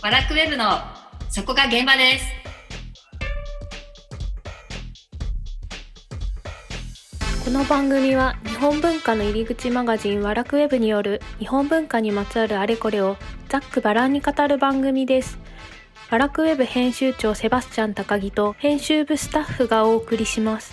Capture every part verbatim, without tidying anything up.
ワラクウェブのそこが現場です。 この番組は日本文化の入り口マガジンワラクウェブによる日本文化にまつわるあれこれをざっくばらんに語る番組です。ワラクウェブ編集長セバスチャン高木と編集部スタッフがお送りします。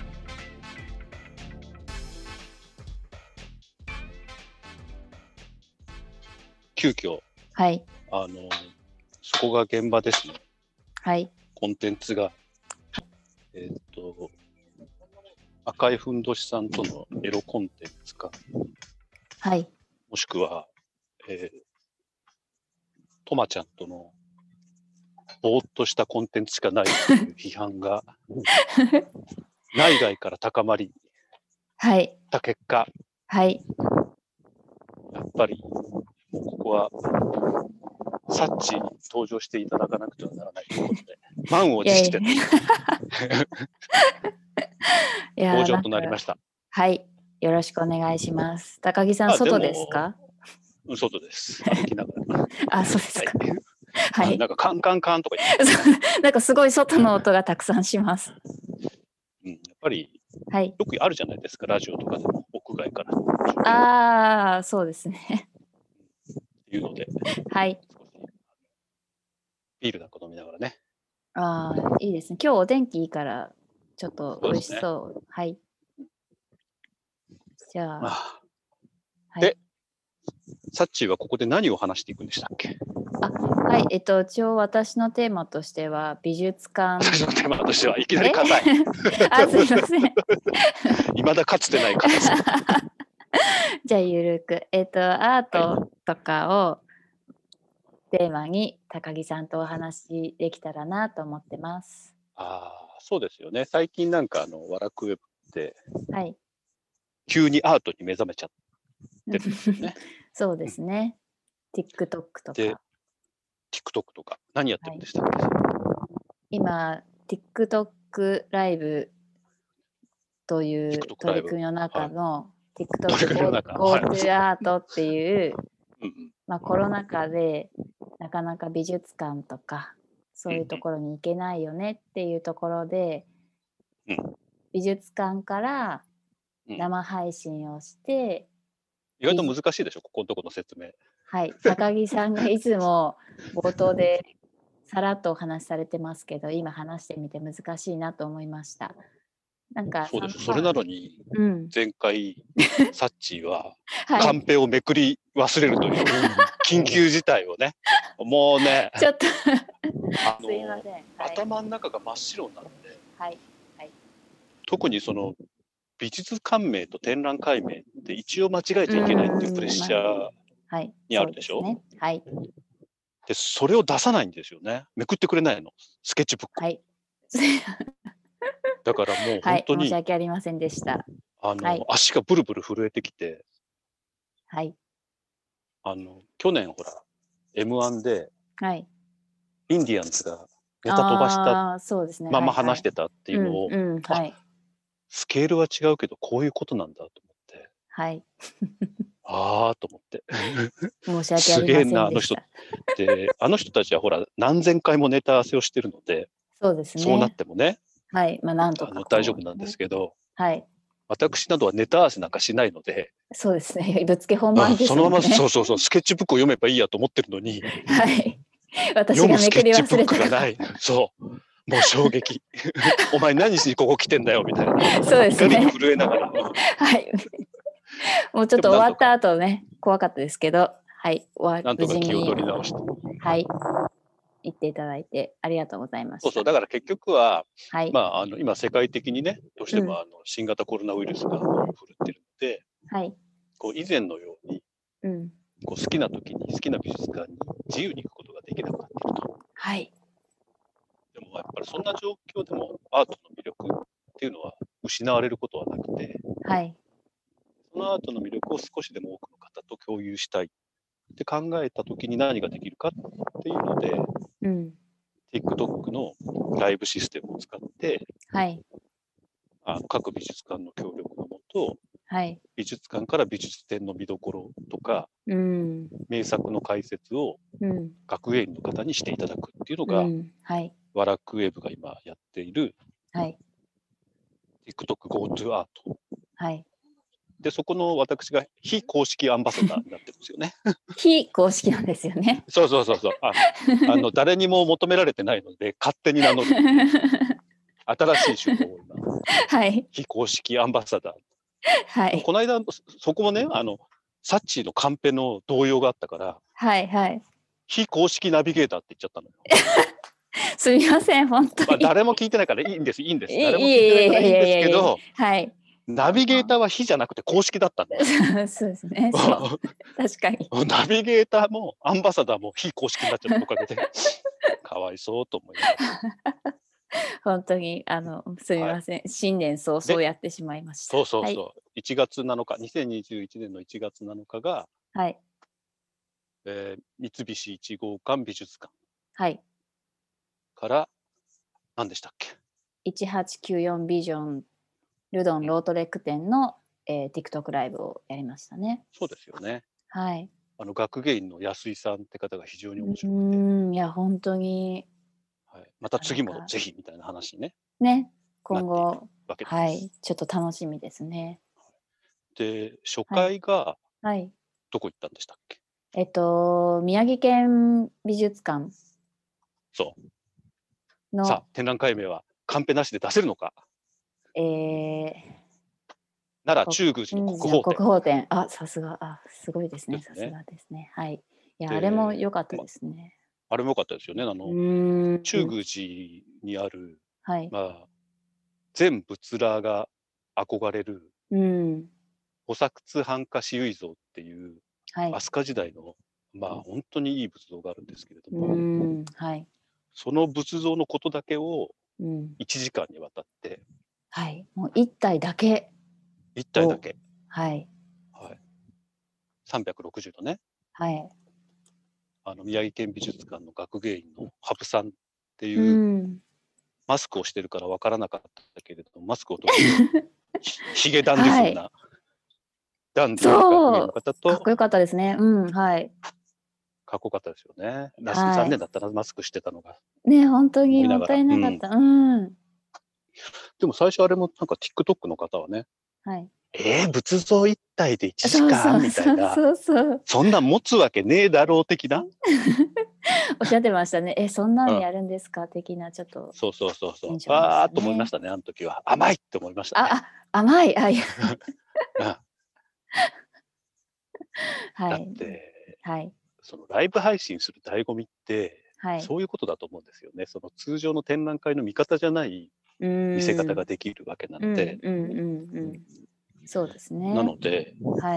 急遽、 はい、 あのそこが現場ですね。 はい、 コンテンツが、えっ、と赤いふんどしさんとのエロコンテンツか、 はい、 もしくは、えー、トマちゃんとのぼーっとしたコンテンツしかないという批判が内外から高まりはい、 た結果、 はい、 やっぱりもうここはサッチに登場していただかなくてはならないということで、満を持していや登場となりました。 はい、よろしくお願いします。高木さん、外ですか？ うん、外です。歩きながら。 あ、そうですか。はい。はい、 なんかカンカンカンとか言ってなんかすごい外の音がたくさんします。 うん、やっぱり、 はい、 よくあるじゃないですか、ラジオとかでも屋外から。 ああ、そうですね。 っていうので、 はい。 ビールなんか飲みながらね。 ああ、いいですね。今日お天気いいからちょっと美味しそう。そうですね。はい。じゃあ、 あはい、 で、サッチーはここで何を話していくんでしたっけ？ あ、はい、えっと一応私のテーマとしては美術館。 私のテーマとしてはいきなり硬い。 あ、すいません。 いまだかつてない硬さ。 じゃあゆるく、えっとアートとかをテーマに高木さんとお話できたらなと思ってます。 ああ、そうですよね。最近なんかあのワラクウェブって、 はい、 急にアートに目覚めちゃってるんですよね。 そうですね。うん、TikTok とで、 か。 TikTok とか何やってるんでしたっけ？ はい、今 TikTok ライブという取り組みの中の TikTok GoTo アートっていう、まあコロナ禍でなかなか美術館とかそういうところに行けないよねっていうところで、 うん、 美術館から生配信をして、 うん、意外と難しいでしょ、ここのところの説明。 はい、高木さんがいつも冒頭でさらっとお話しされてますけど、今話してみて難しいなと思いました。なんかそうです。それなのに、うん、前回サッチーはカンペをめくり忘れるという緊急事態をね、もうね、 ちょっとあのすいません、はい、 頭の中が真っ白になって、 はいはい、 特にその美術館名と展覧会名って一応間違えちゃいけないっていうプレッシャーにあるでしょ。 ね、はい。 で、それを出さないんですよね。めくってくれないの、スケッチブック。 はい。 だからもう本当に、はい、 申し訳ありませんでした。 あの、はい、足がブルブル震えてきて、 はい。 あの去年ほら エムワン で、はい、インディアンズがネタ飛ばしたまま話してたっていうのを、スケールは違うけどこういうことなんだと思って、はい、ああと思って申し訳ありませんでした。すげえなあの人で、あの人たちはほら何千回もネタ合わせをしてるので、 そうですね、 そうなってもね、 はい、まあなんとかあの大丈夫なんですけど、 はい、 私などはネタ合わせなんかしないので、 そうですね、ぶっつけ本番ですもんね。 そのままそうそうそう、スケッチブックを読めばいいやと思ってるのに、 はい、私がめくり忘れたがない。そう。もう衝撃。お前何しにここ来てんだよみたいな。 そうですね。 怒りに震えながら。 はい。もうちょっと終わった後ね、怖かったですけど、はい。 なんとか気を取り直して。 はい。言っていただいてありがとうございました。 そうそう。だから結局は、はい、まああの今世界的にね、どうしてもあの新型コロナウイルスが振るってるので、はい。こう以前のように、うん、こう好きな時に好きな美術館に自由に行くことができなくなっていると。 はい。 でもやっぱりそんな状況でもアートの魅力っていうのは失われることはなくて、はい、そのアートの魅力を少しでも多くの方と共有したいって考えた時に何ができるかっていうので、うん、TikTok のライブシステムを使って、はい、あの各美術館の協力のもと、 はい、 美術館から美術展の見どころとか、 うん、 名作の解説を学芸員の方にしていただくっていうのが、 うんはい、 ワラクウェブが今やっている、 はい、 TikTok GoTo アート。 はい。 で、そこの私が非公式アンバサダーになってるんですよね。 非公式なんですよね。 そうそうそうそう。ああの誰にも求められてないので、勝手に名乗る。新しい手法を今、 はい、 非公式アンバサダー。 はい、 この間、そこもね、あの、サッチーのカンペの動揺があったから、 はい、はい。 非公式ナビゲーターって言っちゃったのよ。 すみません、本当に。 まあ、誰も聞いてないからいいんです、いいんです。 い誰も聞いてないからいいんですけど、 はい。 ナビゲーターは非じゃなくて公式だったんです。 そうですね。そう。確かに。 ナビゲーターもアンバサダーも非公式になっちゃったおかげで、かわいそうと思います。 本当にあのすみません、はい、新年早々やってしまいました。 そうそうそう。はい、いちがつなのか、にせんにじゅういちねんのいちがつなのかが、 はい。 えー、三菱一号館美術館。 はい。 から何でしたっけ？ いちはちきゅうよんビジョンルドンロートレック店の、えー、TikTok ライブをやりましたね。 そうですよね。 はい。 あの学芸員の安井さんって方が非常に面白くて。 うん、いや本当に。 はい、また次もぜひみたいな話ね。 ね、今後はい、ちょっと楽しみですね。 で、初回がどこ行ったんでしたっけ？ はいはい、えっと宮城県美術館。 そうの。さあ展覧会名はカンペなしで出せるのか。 えー、 奈良中宮寺の国宝展。 国宝展、あ、さすが、あ、すごいですね。さすがですね。はい。いや、あれも良かったですね。 あれも良かったですよね。あの中宮寺にある、はい、まあ全仏らが憧れる、うん、菩薩半跏思惟像っていう、はい、飛鳥時代のまあ本当にいい仏像があるんですけれども、うんはい、その仏像のことだけをいちじかんにわたって、うん、 はい、もう一体だけ。 一体だけ。 はい。 はい。さんびゃくろくじゅうどね。 はい。 あの宮城県美術館の学芸員の羽生さんっていう、うん、マスクをしてるから分からなかったけれども、マスクを取るヒゲダンディズムな、はい、ダンディーな学芸員の方と、 かっこよかったですね。うん、はい。 かっこよかったですよね。はい、残念だったな、マスクしてたのが。 ね、本当にもったいなかった。うん。うん、 でも最初あれもなんか TikTok の方はね、 はい、 えー、仏像一体でいちじかんみたいな、そうそうそう、そんな持つわけねえだろう的なおっしゃってましたね。え、そんなのやるんですか、うん、的なちょっと、ね、 そうそうそうそう、あーっと思いましたね。あの時は甘いって思いましたね。 ああ、甘い、あいやだって、はい、そのライブ配信する醍醐味って、はい、そういうことだと思うんですよね。その通常の展覧会の見方じゃない見せ方ができるわけなので、 うんうんうんうん、そうですね。 なので、 はい、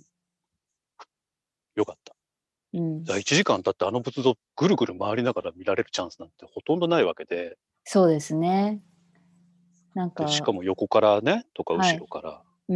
よかった。うん、いちじかん経ってあの仏像ぐるぐる回りながら見られるチャンスなんてほとんどないわけで。 そうですね。なんかしかも横からねとか後ろから。はい、 うん。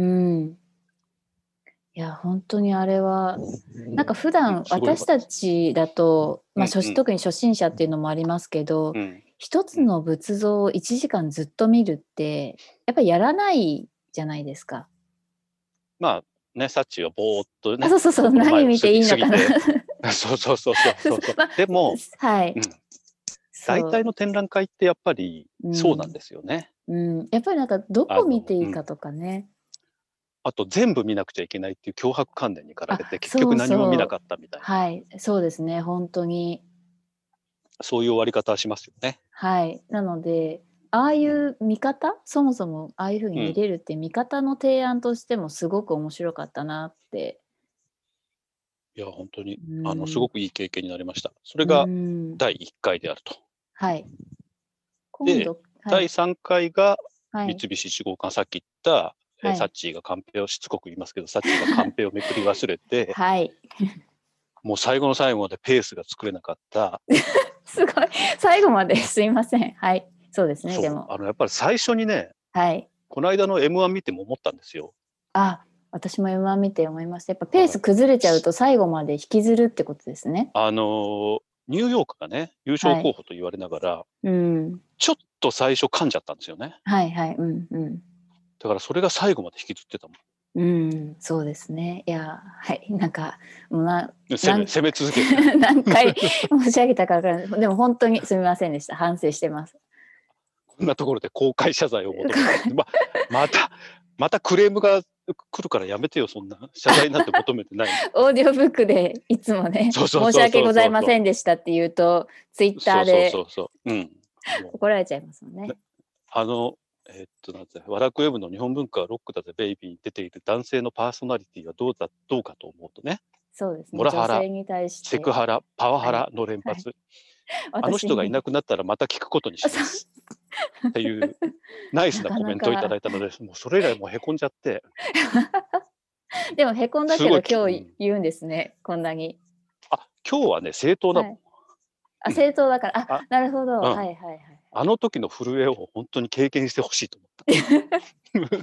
いや本当にあれはなんか普段私たちだと、まあ初、うんうん、特に初心者っていうのもありますけど、うん、一つの仏像をいちじかんずっと見るってやっぱりやらないじゃないですか。 まあね、サッチはぼーっとね。 そうそうそう、何見ていいのかな。 そうそうそうそうそうそう。まあ、でも、はい、うん、大体の展覧会ってやっぱりそうなんですよね。 うん、うん、やっぱりなんかどこ見ていいかとかね。 あと全部見なくちゃいけないっていう強迫観念に駆られて結局何も見なかったみたいな。 はい、そうですね、本当に。 そういう終わり方はしますよね。 はい、なのでああいう見方、うん、そもそもああいうふうに見れるって見方の提案としてもすごく面白かったなって。 いや本当にあのすごくいい経験になりました。それがだいいっかいであると。はい。で、はい、だいさんかいが三菱一号館、さっき言った、はい、サッチーがカンペをしつこく言いますけど、サッチーがカンペをめくり忘れて、はい、もう最後の最後までペースが作れなかった。 すごい最後まですいません。はい、そうですね。でもあのやっぱり最初にね、はい、この間の エムワン 見ても思ったんですよ。 あ、私も エムワン 見て思いました。やっぱペース崩れちゃうと最後まで引きずるってことですね。 あのニューヨークがね優勝候補と言われながら、はい、うん、ちょっと最初噛んじゃったんですよね。 はいはい、うんうん。 だからそれが最後まで引きずってたもん。 うん、そうですね。いや、はい、なんか、もうな、 攻め、攻め続けて。 何回申し上げたかわからない。でも本当にすみませんでした。反省してます。 こんなところで公開謝罪を求めて、ま、また、またクレームが来るからやめてよ、そんな。謝罪なんて求めてない。 オーディオブックでいつもね、申し訳ございませんでしたって言うと、ツイッターで怒られちゃいますもんね。 あの、えー、っとなんてワラクウェブの日本文化はロックだぜベイビーに出ている男性のパーソナリティはどうだどうかと思うとね、 そうですね、 モラハラ、 女性に対してセクハラ、パワハラの連発、はいはい、あの人がいなくなったらまた聞くことにしますっていうナイスなコメントをいただいたので、もうそれ以来もうへこんじゃってでもへこんだけど今日言うんですね、こんなに。 あ、今日はね正当だもん、はい、 あ、正当だから、あ、なるほど、うん、はいはいはい。 あの時の震えを本当に経験してほしいと思った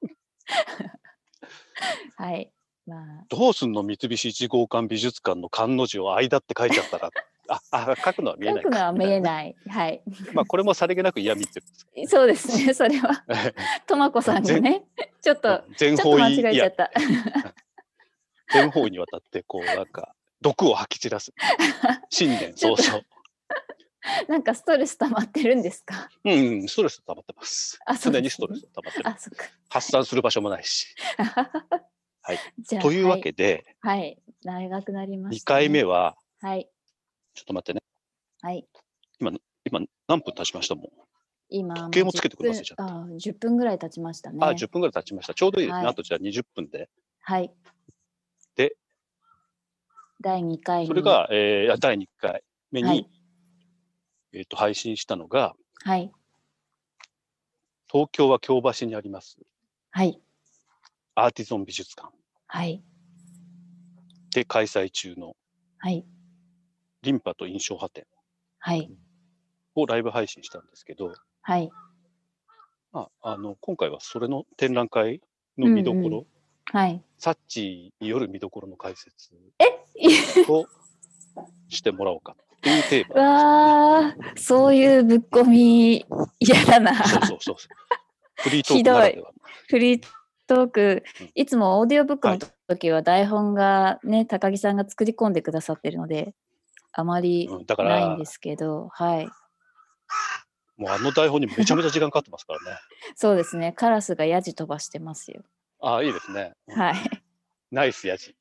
はい、まあ、 どうすんの三菱一号館美術館の館の字を間って書いちゃったらああ書くのは見えない書くのは見えない、はい。 まあこれもさりげなく嫌味ってことです、 そうですね、それはとまこさんにねちょっと全方位間違えちゃった全方位にわたってこうなんか毒を吐き散らす新年早々 なんかストレス溜まってるんですか？ うん、うん、ストレス溜まってます。常にストレス溜まってる。 あ、そっか。 発散する場所もないし。はい。というわけで、 はい、はい、長くなりました、 ね。にかいめは、 はい。 ちょっと待ってね。 はい。 今今何分経ちましたもん。 今時計もつけてくれますじゃあ、じゅっぷんぐらい経ちましたね。 あ、じゅっぷんぐらい経ちました。ちょうどいいですね。はい、あとじゃあにじゅっぷんで。 はい。 で、 だいにかいに。 それが、えー、だいにかいめに。はいえー、と配信したのが、 はい、 東京は京橋にあります、 はい、 アーティゾン美術館、 はい、 で開催中の、 はい、 リンパと印象派展、 はい、 をライブ配信したんですけど、 はい、 まあ、あの今回はそれの展覧会の見どころ、うんうん、 はい、 サッチによる見どころの解説をしてもらおうかっていうテーマ、ね、 わー、そういうぶっこみ嫌だな。 そうそうそうそう。フリートークならでは。 フリートーク、うん、いつもオーディオブックの時は台本がね、はい、高木さんが作り込んでくださってるのであまりないんですけど、うん、はい。 もうあの台本にめちゃめちゃ時間かかってますからね。 そうですね。カラスがヤジ飛ばしてますよ。 ああ、いいですね。 うん、はい。 ナイスヤジ。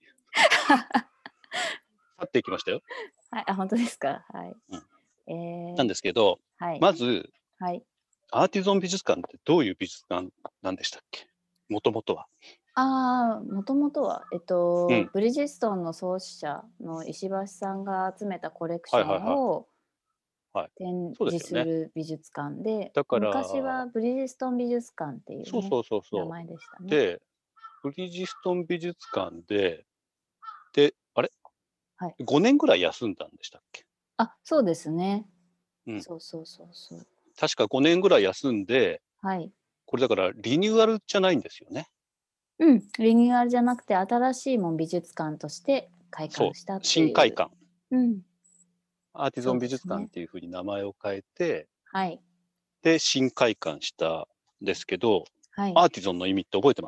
去っていきましたよ。 はい、あ、本当ですか。はい。 うん、えー、なんですけど、はい、まず、 はい、 アーティゾン美術館ってどういう美術館なんでしたっけ？もともとは。 ああ、もともとは、えっと、うん、ブリヂストンの創始者の石橋さんが集めたコレクションを展示する美術館で、だから昔はブリヂストン美術館っていう、ね、 そうそうそうそう名前でしたね。 で、ブリヂストン美術館で、で、あれ？はい、ごねんぐらい休んだんでしたっけ？ あ、そうですね。うん、そうそうそうそう。 確かごねんぐらい休んで、 はい、 これだからリニューアルじゃないんですよね。 うん、リニューアルじゃなくて新しいもん美術館として開館したっていう。 新開館。 うん。 アーティゾン美術館っていうふうに名前を変えて、 はい。 で新開館したんですけど、 はい、 アーティゾンの意味って覚えてます？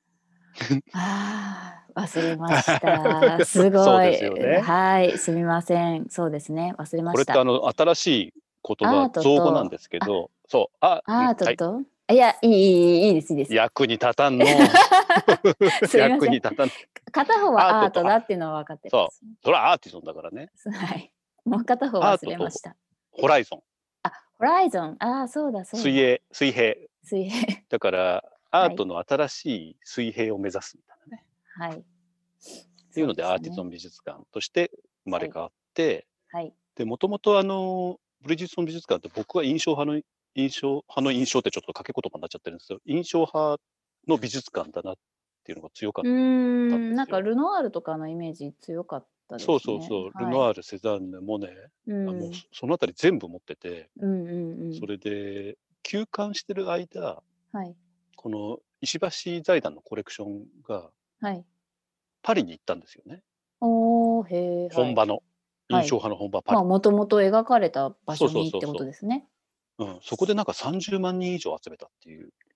ああ、忘れました。すごい。そうですよね。はい、すみません。そうですね。忘れました。 これってあの新しい言葉造語なんですけど、そう、あ、 アートと、うんはい、いや、いいいいいいですいいです。 役に立たんの。役に立たん。 片方はアートだっていうのは分かってます。 そう、それはアーティゾンだからね。 はい。もう片方忘れました。 ホライゾン。 あ、ホライゾン。ああ、そうだそうだ。 水泳、水平。 水平。 だからアートの新しい水平を目指すみたいなね。 はい。 っていうのでアーティゾン美術館として生まれ変わって、 はい。 でもともとあのブリヂストン美術館って僕は印象派の印象派の印象ってちょっと掛け言葉になっちゃってるんですけど、印象派の美術館だなっていうのが強かったんですよ。 うん、なんかルノワールとかのイメージ強かったですね。 そうそうそう、はい、ルノワール、セザンヌ、モネ、うん、もうそのあたり全部持ってて、 うんうんうん、 それで休館してる間、 はい、 この石橋財団のコレクションがパリに行ったんですよね。 おー、へー、 本場の、はい、印象派の本場パリ。 まあもともと描かれた場所にってことですね。 うん、そこでなんかさんじゅうまんにん以上集めたっていう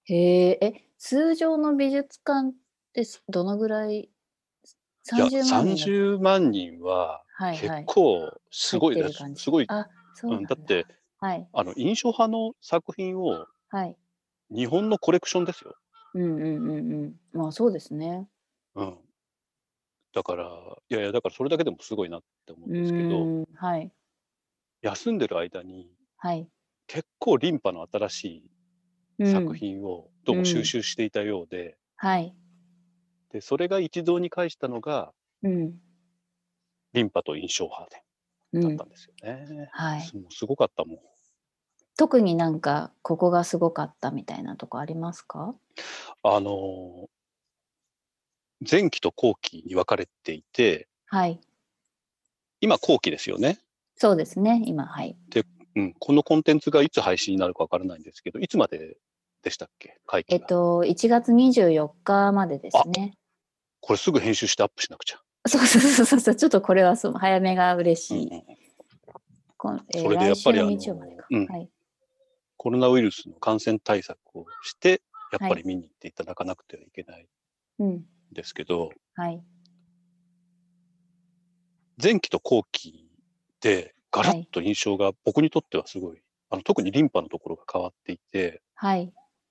へえ、え、通常の美術館ってどのぐらいさんじゅうまんにんだ。 さんじゅうまんにんは結構すごいです。はいはい、すごい。 あ、そうなんだ。 だって、 はい、 あの印象派の作品を、 はい、 日本のコレクションですよ。 うんうんうんうん。まあそうですね。 うん。だからいやいやだからそれだけでもすごいなって思うんですけど、 はい、 休んでる間に、 はい、 結構リンパの新しい作品をどうも収集していたようで、うん、 はい。 でそれが一堂に会したのが、 うん、 リンパと印象派でだったんですよね。うん、はい。すごかったもん。 特になんかここがすごかったみたいなとこありますか？ あの前期と後期に分かれていて、はい、今後期ですよね。 そうですね、今、はい。 で、うん、このコンテンツがいつ配信になるか分からないんですけど、いつまででしたっけ、会期が。 えっと、いちがつにじゅうよっかまでですね。 これすぐ編集してアップしなくちゃ。 そうそうそうそう、ちょっとこれはそう早めが嬉しい。うんうん、 えー、それでやっぱりあの、うん、はい、コロナウイルスの感染対策をしてやっぱり見に行っていただかなくてはいけないんですけど、はい、前期と後期でガラッと印象が僕にとってはすごい、あの特にリンパのところが変わっていて、はい、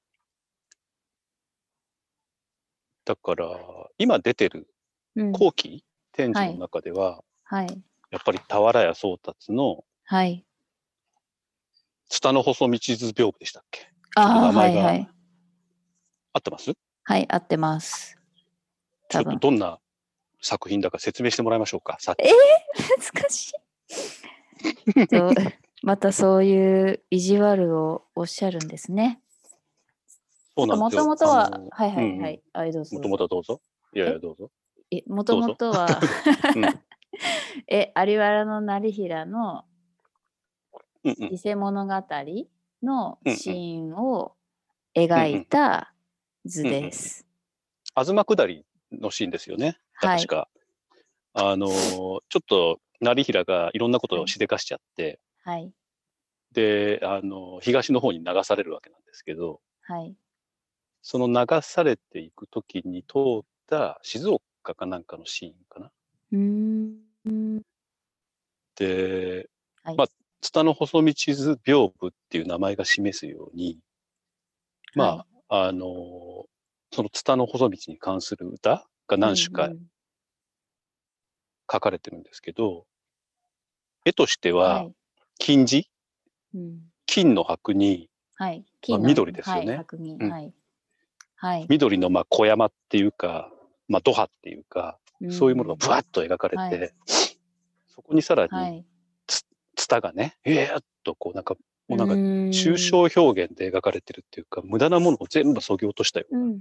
だから今出てる後期、うん、展示の中では、はいはい、やっぱり俵屋宗達の、はい、ツタの細道図屏風でしたっけ。ちょっと名前が、はいはい、合ってます？はい、合ってます。ちょっとどんな作品だか説明してもらいましょうか。さっき。えー、難しい。とまたそういう意地悪をおっしゃるんですね。そうなんですよ。もともとは、はいはいはい。あれどうぞ。もともとどうぞ。いやいやどうぞ。え、もともとは、うん、え、有原の業平の伊勢物語のシーンを描いた図です。東下りのシーンですよね。確か。はい、あのー、ちょっと業平がいろんなことをしでかしちゃって、はい、で、あのー、東の方に流されるわけなんですけど、はい、その流されていくときに通った静岡かなんかのシーンかな。うーんで、はい、まあ、ツタの細道図屏風っていう名前が示すように、まあ、はい、あのー、そのツタの細道に関する歌が何首か書かれてるんですけど、うんうん、絵としては金地、はい、金の箔に、はい、まあ、緑ですよね。はい、うんはいはい、緑のまあ小山っていうか、まあ、土派っていうか、うん、そういうものがぶわっと描かれて、はい、そこにさらにツタがね、えーっとこうなんかもうなんか抽象表現で描かれてるっていうか、無駄なものを全部削ぎ落としたような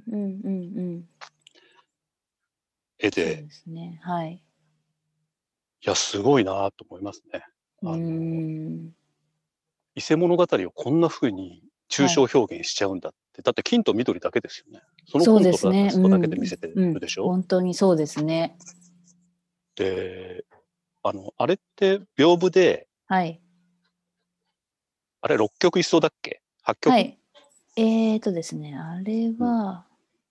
絵で、そうですね、はい、いやすごいなと思いますね。あの伊勢物語をこんな風に抽象表現しちゃうんだって、はい、だって金と緑だけですよね。そのコントラストだけで見せてるでしょ。うんうん、本当にそうですね。で、あのあれって屏風で、はい、あれろっきょく一層だっけ？はっきょく？はい。えーとですね、あれは、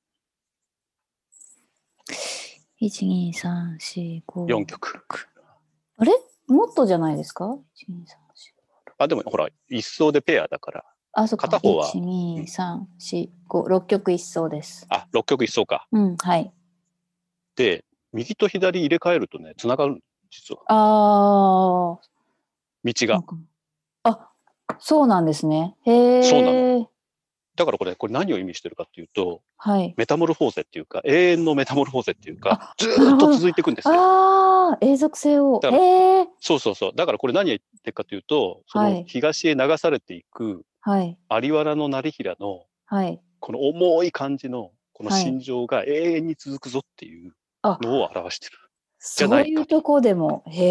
うん、いち、に、さん、し、ご、よんきょく。あれ？もっとじゃないですか？いち、に、さん、し、ご。あ、でもほら、一層でペアだから。あ、そっか。片方は。いち、に、さん、し、ご、ろっきょく一層です。あ、ろっきょく一層か。うん、はい。で、右と左入れ替えるとね、つながる、実は。ああ。道が。あ、そうなんですね。へえ。そうなの。だからこれ、これ何を意味してるかっていうと、はい、メタモルフォーゼっていうか、永遠のメタモルフォーゼっていうか、ずっと続いていくんですよ。ああ、永続性を。へえ。そうそうそう。だからこれ何を言ってるかというと、その東へ流されていく、はい、有原の業平の、はい、この重い感じの、この心情が永遠に続くぞっていうのを表してる。じゃないかと。そういうとこでも。へ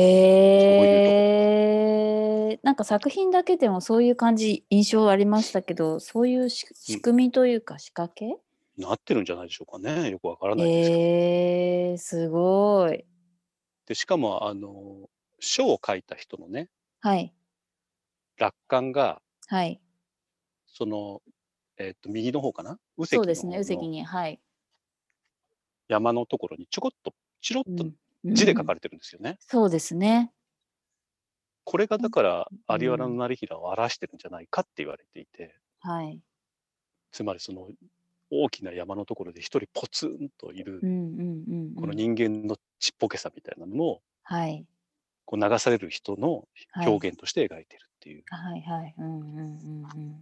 え。なんか作品だけでもそういう感じ、印象ありましたけど、そういうし仕組みというか仕掛け、うん、なってるんじゃないでしょうかね。よくわからないですけど。へえ、すごい。で、しかも、あの、書を書いた人のね、はい。落款が、はい。その、えっと、右の方かな、 右そうですね、 脊の右脊に、はい。 山のところにちょこっとチロッとうん字で書かれてるんですよね。 うん、そうですね。 これがだから有原業平を表してるんじゃないかって言われていて、 はい。 つまりその大きな山のところで一人ポツンといる、 うんうんうんうん、 この人間のちっぽけさみたいなのも、 はい、 こう流される人の表現として描いてるっていう、 はいはい、うんうんうんうん、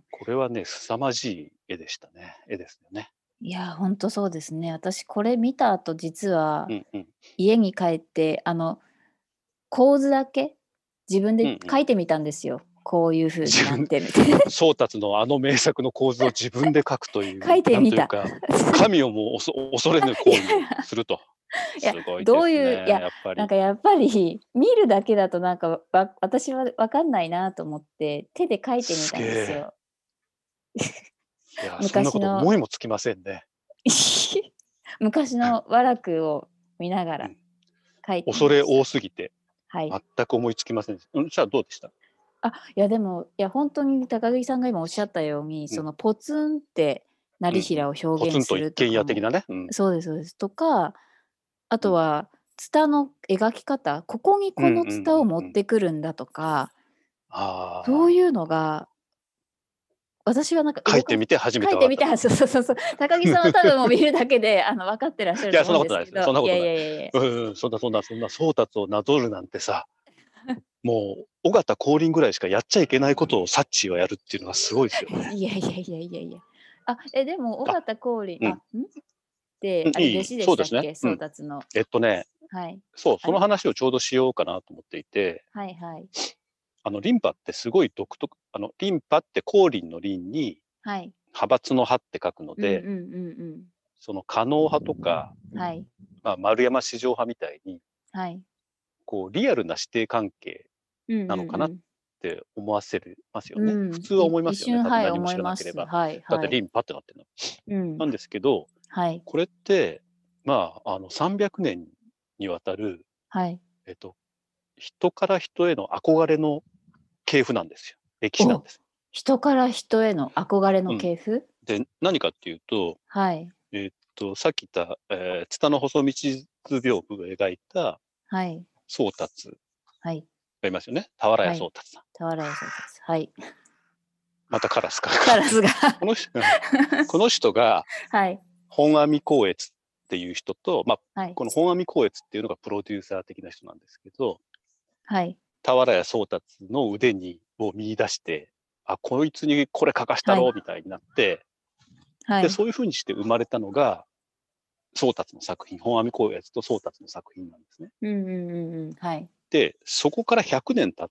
これはね凄まじい絵でしたね。絵ですよね。 いや本当そうですね。私これ見た後実はうんうん、 家に帰ってあの構図だけ自分で書いてみたんですよ。うんうん、こういう風になってみて。 宗達のあの名作の構図を自分で書くという、 書いてみた。 なんというか神をも恐れぬ行為をすると。 いやすごいですね。 どういういややっぱりなんかやっぱり見るだけだとなんかわ私は分かんないなと思って手で書いてみたんですよ。 いやそんなこと思いもつきませんね。 昔の和楽を見ながら書いてみました。 恐れ多すぎて、 はい、 全く思いつきませんでした。うん、じゃあどうでした？ あ、いやでもいや本当に高木さんが今おっしゃったように、うん、そのポツンって業平を表現するとかも、 うんうん、ポツンと一軒家的なね、 うん、そうですそうですとか、あとはツタの描き方、ここにこのツタを持ってくるんだとか、そういうのが私はなんか書いてみて初めて分かった。書いてみて、そうそうそうそう。高木さんは多分もう見るだけであの分かってらっしゃると思うんですけど。いやそんなことないです。そんなことない。 いやいやいやいや。うん、そんなそんなそんな宗達をなぞるなんてさ、もう尾形光琳ぐらいしかやっちゃいけないことをサッチーはやるっていうのがすごいですよね。 いやいやいやいやいや。あ、えでも尾形光琳、あ、うん、であれ弟子でしたっけ、宗達の。 えっとね、 はい。 そうその話をちょうどしようかなと思っていて。 はいはい。 あのリンパってすごい独特、あのリンパって光琳の琳に派閥の派って書くので、その狩野派とか、はい、まあ、丸山四条派みたいに、はい、こうリアルな師弟関係なのかなって思わせますよね。うんうんうん、普通は思いますよね。 はい、 何も知らなければ。はいはい、だってリンパってなってるの、うん。なんですけど、はい、これってまああのさんびゃくねんにわたる、はい、えっと人から人への憧れの系譜なんですよ。歴史なんです。 人から人への憧れの系譜、うん、 で何かっていうと、はい、えー、っとさっき言った、えー、津田の細道図屏風が描いた宗達がいますよね。俵屋宗達さん。 俵屋宗達。はい。 またカラスか。 カラスがこの人この人が本阿弥光悦っていう人と、まあ、はい、この本阿弥光悦っていうのがプロデューサー的な人なんですけど。はい。俵屋宗達の腕にを見出して、あ、こいつにこれ書かしたろうみたいになって、はい、でそういうふうにして生まれたのが宗達の作品、本阿弥光悦と宗達の作品なんですね。うんうんうん、はい、でそこからひゃくねん経って、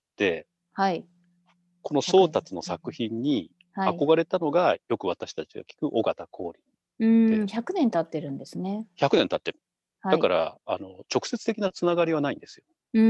はい、この宗達の作品に憧れたのが、はい、よく私たちが聞く尾形光琳。 うん、ひゃくねん経ってるんですね。 ひゃくねん経ってる。だから、はい、あの直接的なつながりはないんですよ。 うん、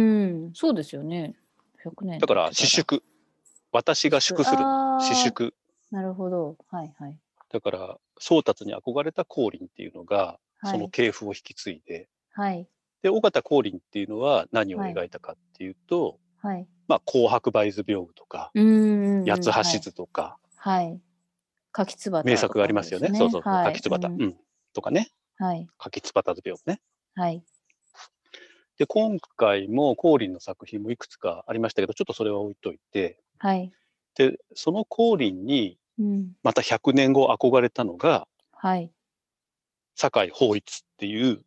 そうですよね。ひゃくねんだから私祝、私が祝する私祝。 なるほど、はいはい。 だから宗達に憧れた光琳っていうのが、はい、その系譜を引き継いで、はい、で尾形光琳っていうのは何を描いたかっていうと、はい、まあ紅白梅図屏風とか、八橋図とか、はい、 柿つばた、 名作がありますよね。そうそうそう、はい、柿つばた、うん、とかね、はい、柿つばた図屏風ね。はい。で今回も光琳の作品もいくつかありましたけど、ちょっとそれは置いといて、はい、でその光琳にまたひゃくねんご憧れたのが、はい、酒井抱一っていう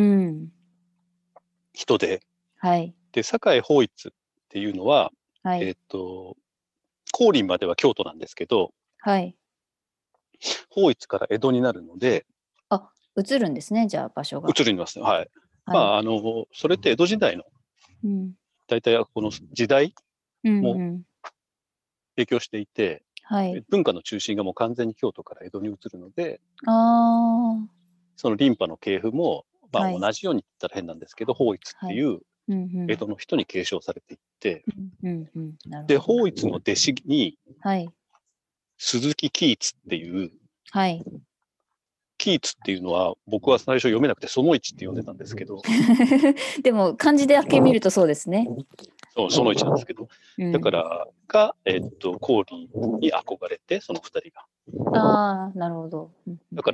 人で、うん、はい、で酒井抱一っていうのは、はい、えっと光琳までは京都なんですけど、はい、抱一から江戸になるので、 あ、移るんですね、じゃあ場所が。 移りますね、はい。はい、まあ、あのそれって江戸時代の、うん、大体この時代も影響していて、うんうん、はい、文化の中心がもう完全に京都から江戸に移るので、あその琳派の系譜も、まあ、同じように言ったら変なんですけど、抱一っていう江戸の人に継承されていって、で抱一の弟子に、はい、鈴木喜一っていう、はい、喜一っていうのは僕は最初読めなくてその一って呼んでたんですけどでも漢字だけ見るとそうですね。 そうその一なんですけど、うん、だからが、えー、っと光琳に憧れてその二人が、 ああ、なるほど。 だから、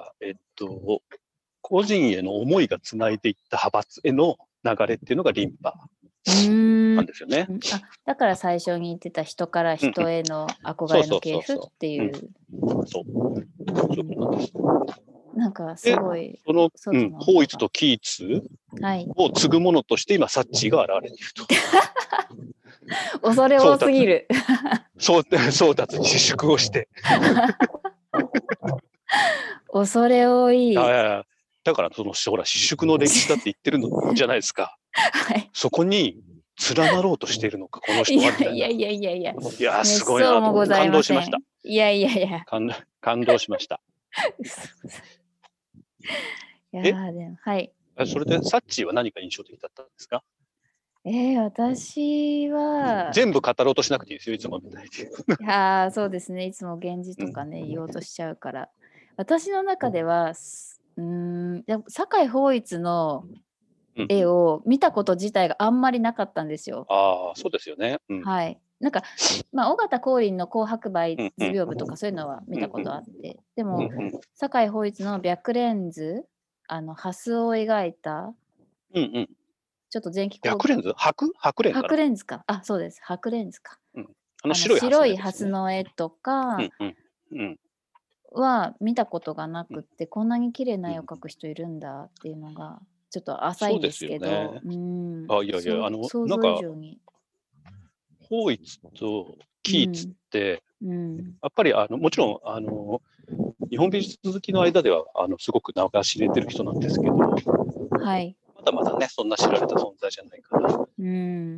えっと、個人への思いがつないでいった派閥への流れっていうのがリンパなんですよね。 あ、だから最初に言ってた人から人への憧れの系譜っていう。 そう。そういうことなんです。 なんかすごい。 その、うん、ホーイツとキーツを継ぐものとして今、サッチーが現れていると。 恐れ多すぎる。 送達に自粛をして。 恐れ多い。 だからそのほら自粛の歴史だって言ってるのじゃないですか。はい、そこに連なろうとしているのかこの人はみたいな。 いやいやいやいやいや。 いやすごいなと感動しました。 いやいやいや。 感感動しました。 いやでもはい。 それでサッチーは何か印象的だったんですか？ えー、私は全部語ろうとしなくていいですよいつもみたいに。 いやそうですねいつも源氏とかね、うん、言おうとしちゃうから私の中ではうん酒井法一の絵を見たこと自体があんまりなかったんですよ。 うん、ああそうですよね。うん、 はいなんかまあ尾形光琳の紅白梅図屏風とかそういうのは見たことあって、でも酒井法一の白レンズあのハスを描いた、 うんうんちょっと前期白レンズ白白レンズ白レンズか。あ、そうです。白レンズか。 うん、あの白い、ね、 白いハスの絵とかは見たことがなくって、うん、こんなに綺麗な絵を描く人いるんだっていうのがちょっと浅いんですけど、ね、うんあいやいやあの想像以上に。 ホーイツとキーツって、うんうん、やっぱりあのもちろんあの日本美術好きの間ではあのすごく名が知れてる人なんですけど、 はい。 まだまだね、そんな知られた存在じゃないから、うん、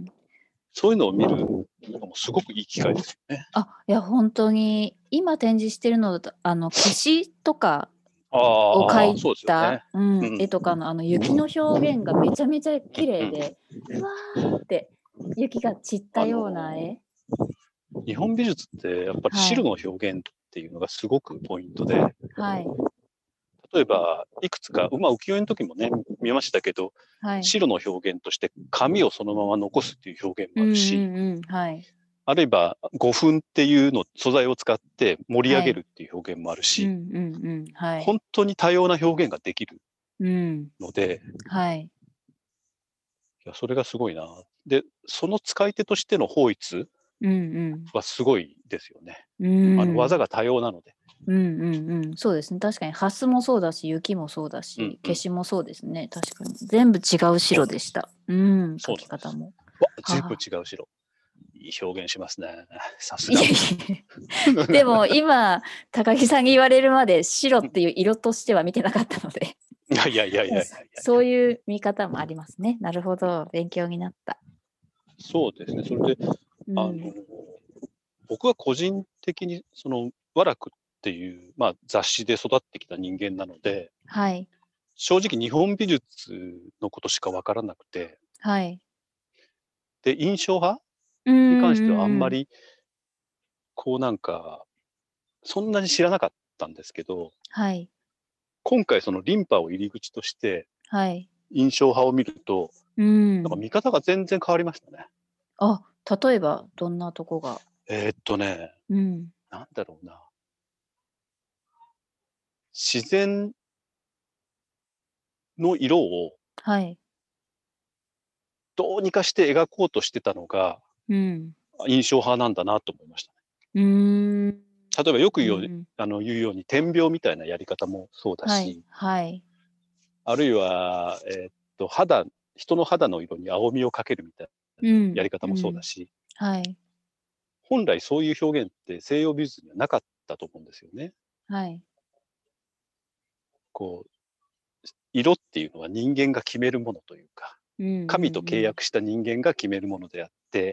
そういうのを見るのもすごくいい機会ですよね。 あ、いや、本当に、今展示してるのだと、あの、消しとかを描いた、ねうんうん、絵とかのあの雪の表現がめちゃめちゃ綺麗で、ふわーって雪が散ったような絵。 日本美術ってやっぱり白の表現っていうのがすごくポイントで、はい、例えばいくつか、まあ、浮世絵の時もね見ましたけど、はい、白の表現として紙をそのまま残すっていう表現もあるし、うんうんうんはい、あるいは胡粉っていうの素材を使って盛り上げるっていう表現もあるし、はいうんうんうんはい、本当に多様な表現ができるので、うんはい、いやそれがすごいな。でその使い手としての法一はすごいですよね、うんうん、あの技が多様なので。 うんうんうん、そうですね。確かにハスもそうだし、雪もそうだし、うんうん、消しもそうですね。確かに全部違う白でした。うん、描き方も。 全部違う白。いい表現しますね。さすが。 でも今高木さんに言われるまで白っていう色としては見てなかったので。 いやいやいやいやいや。 そういう見方もありますね。なるほど、勉強になった。 そうですね。それで、うん、あの僕は個人的にその和楽っていう、まあ、雑誌で育ってきた人間なので、はい、正直日本美術のことしか分からなくて、はい、で印象派に関してはあんまりこうなんかそんなに知らなかったんですけど、はい、今回そのリンパを入り口として印象派を見ると、はい、なんか見方が全然変わりましたね。 あ、例えばどんなとこが？ えー、っとね、うん、なんだろうな。自然の色をどうにかして描こうとしてたのが印象派なんだなと思いましたね。うん、例えばよく言う、うん、あの言うように点描みたいなやり方もそうだし、はいはい、あるいは、えー、っと肌人の肌の色に青みをかけるみたいなやり方もそうだし、うんうんはい、本来そういう表現って西洋美術にはなかったと思うんですよね。はい、こう色っていうのは人間が決めるものというか、うんうんうん、神と契約した人間が決めるものであって、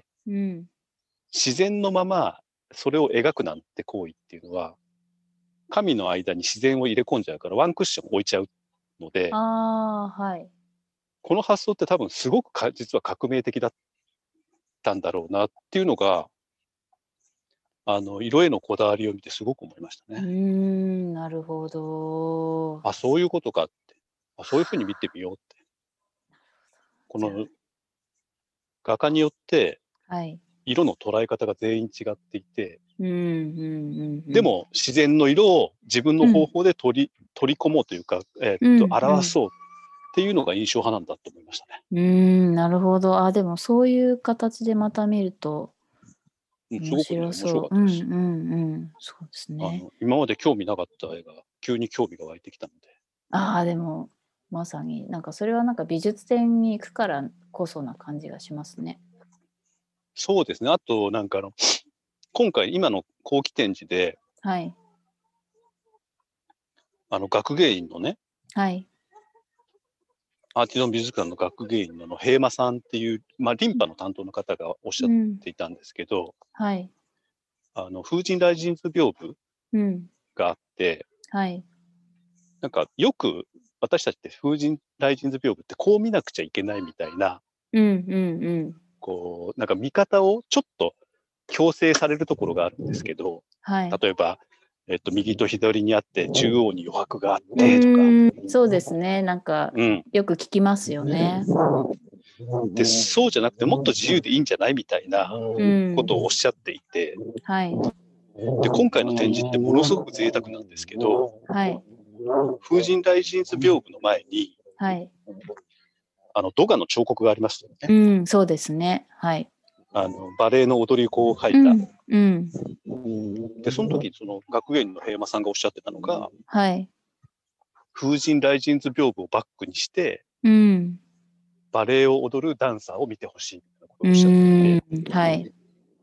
うん、自然のままそれを描くなんて行為っていうのは神の間に自然を入れ込んじゃうからワンクッション置いちゃうので、あ、はい、この発想って多分すごくか実は革命的だったんだろうなっていうのがあの色へのこだわりを見てすごく思いましたね。 うーん、なるほど。 あ、そういうことかって。あ、そういうふうに見てみようって。この画家によって、はい、 色の捉え方が全員違っていて、 うんうんうんうん、 でも自然の色を自分の方法で取り、うん、取り込もうというか、えー、っと、うん、表そうっていうのが印象派なんだと思いましたね。 うん、なるほど。あ、でもそういう形でまた見ると面白そう。 すごくね、面白かったです。 うんうんうん、そうですね。 あの今まで興味なかった絵が急に興味が湧いてきたので。 ああ、でもまさになんかそれはなんか美術展に行くからこそな感じがしますね。 そうですね。あとなんかあの今回今の後期展示で、 はい、 あの学芸員のね、 はい、 アーティゾン美術館の学芸員の平間さんっていう、まあ、リンパの担当の方がおっしゃっていたんですけど、うん、 はい、 あの風神雷神図屏風があって、 うん、はい、 なんかよく私たちって風神雷神図屏風ってこう見なくちゃいけないみたいな、 うんうんうん、 こうなんか見方をちょっと強制されるところがあるんですけど、 はい、 例えば、えっと、右と左にあって中央に余白があってとか。 そうですね。なんか、うん、よく聞きますよね。 でそうじゃなくてもっと自由でいいんじゃないみたいなことをおっしゃっていて、うん、 はい、 で今回の展示ってものすごく贅沢なんですけど、はい、風神雷神図屏風の前に、はい、あのドガの彫刻がありますよね。 うん、そうですね。はい。 あのバレエの踊り子を描いた、うんうん、でその時その学芸員の平間さんがおっしゃってたのが、はい、風神雷神図屏風をバックにして、うん、バレエを踊るダンサーを見てほしいみたいなことをおっしゃっていて、はい、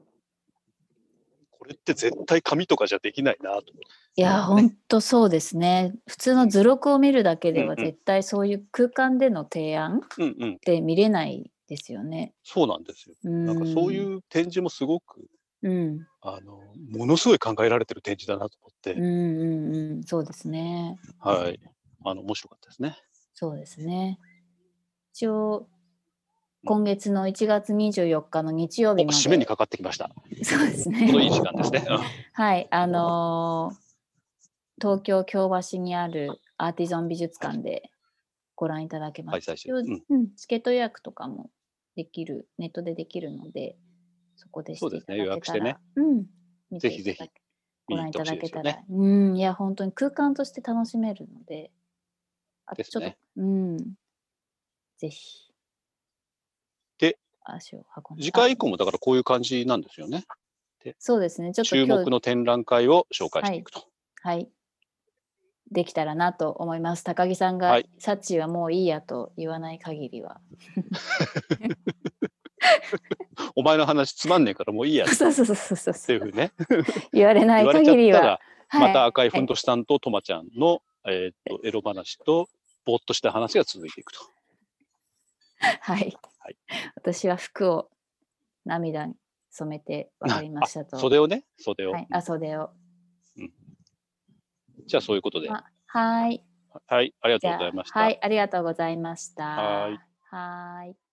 これって絶対紙とかじゃできないなと思って、ね。 いや本当そうですね。普通の図録を見るだけでは絶対そういう空間での提案って見れないですよね。うんうん、 そうなんですよ。なんかそういう展示もすごく、うん、あのものすごい考えられてる展示だなと思って。 うんうんうん、そうですね。 はい、あの面白かったですね。 そうですね。一応今月のいちがつにじゅうよっかの日曜日まで。 締めにかかってきました。 そうですね。 このいい時間ですね。 はい、あのー、東京京橋にあるアーティゾン美術館でご覧いただけます。うんうん、チケット予約とかもできる、ネットでできるので、そこでしていただけたら、ね、予約してね、 うん、ぜひぜひご覧いただけたら、ね、うん、いや本当に空間として楽しめるので、あとちょっと、ね、うん、ぜひ。 で、足を運んで次回以降もだからこういう感じなんですよね。 でそうですね。ちょっと注目の展覧会を紹介していくと。 はい、はい、できたらなと思います。高木さんが、はい、サッチーはもういいやと言わない限りは。 お前の話つまんねえからもういいやそうそうそうそうっていうふうにね言われない限りは、 また赤いふんどしさんととまちゃんの、えー、っとエロ話とぼーっとした話が続いていくと。 はい、はい、私は服を涙に染めて分かりましたと。 袖をね、袖を。 はい、あ、袖を。 うん、じゃあそういうことで。 はい。 はい、ありがとうございました。 はい、ありがとうございました。 はい。 はい。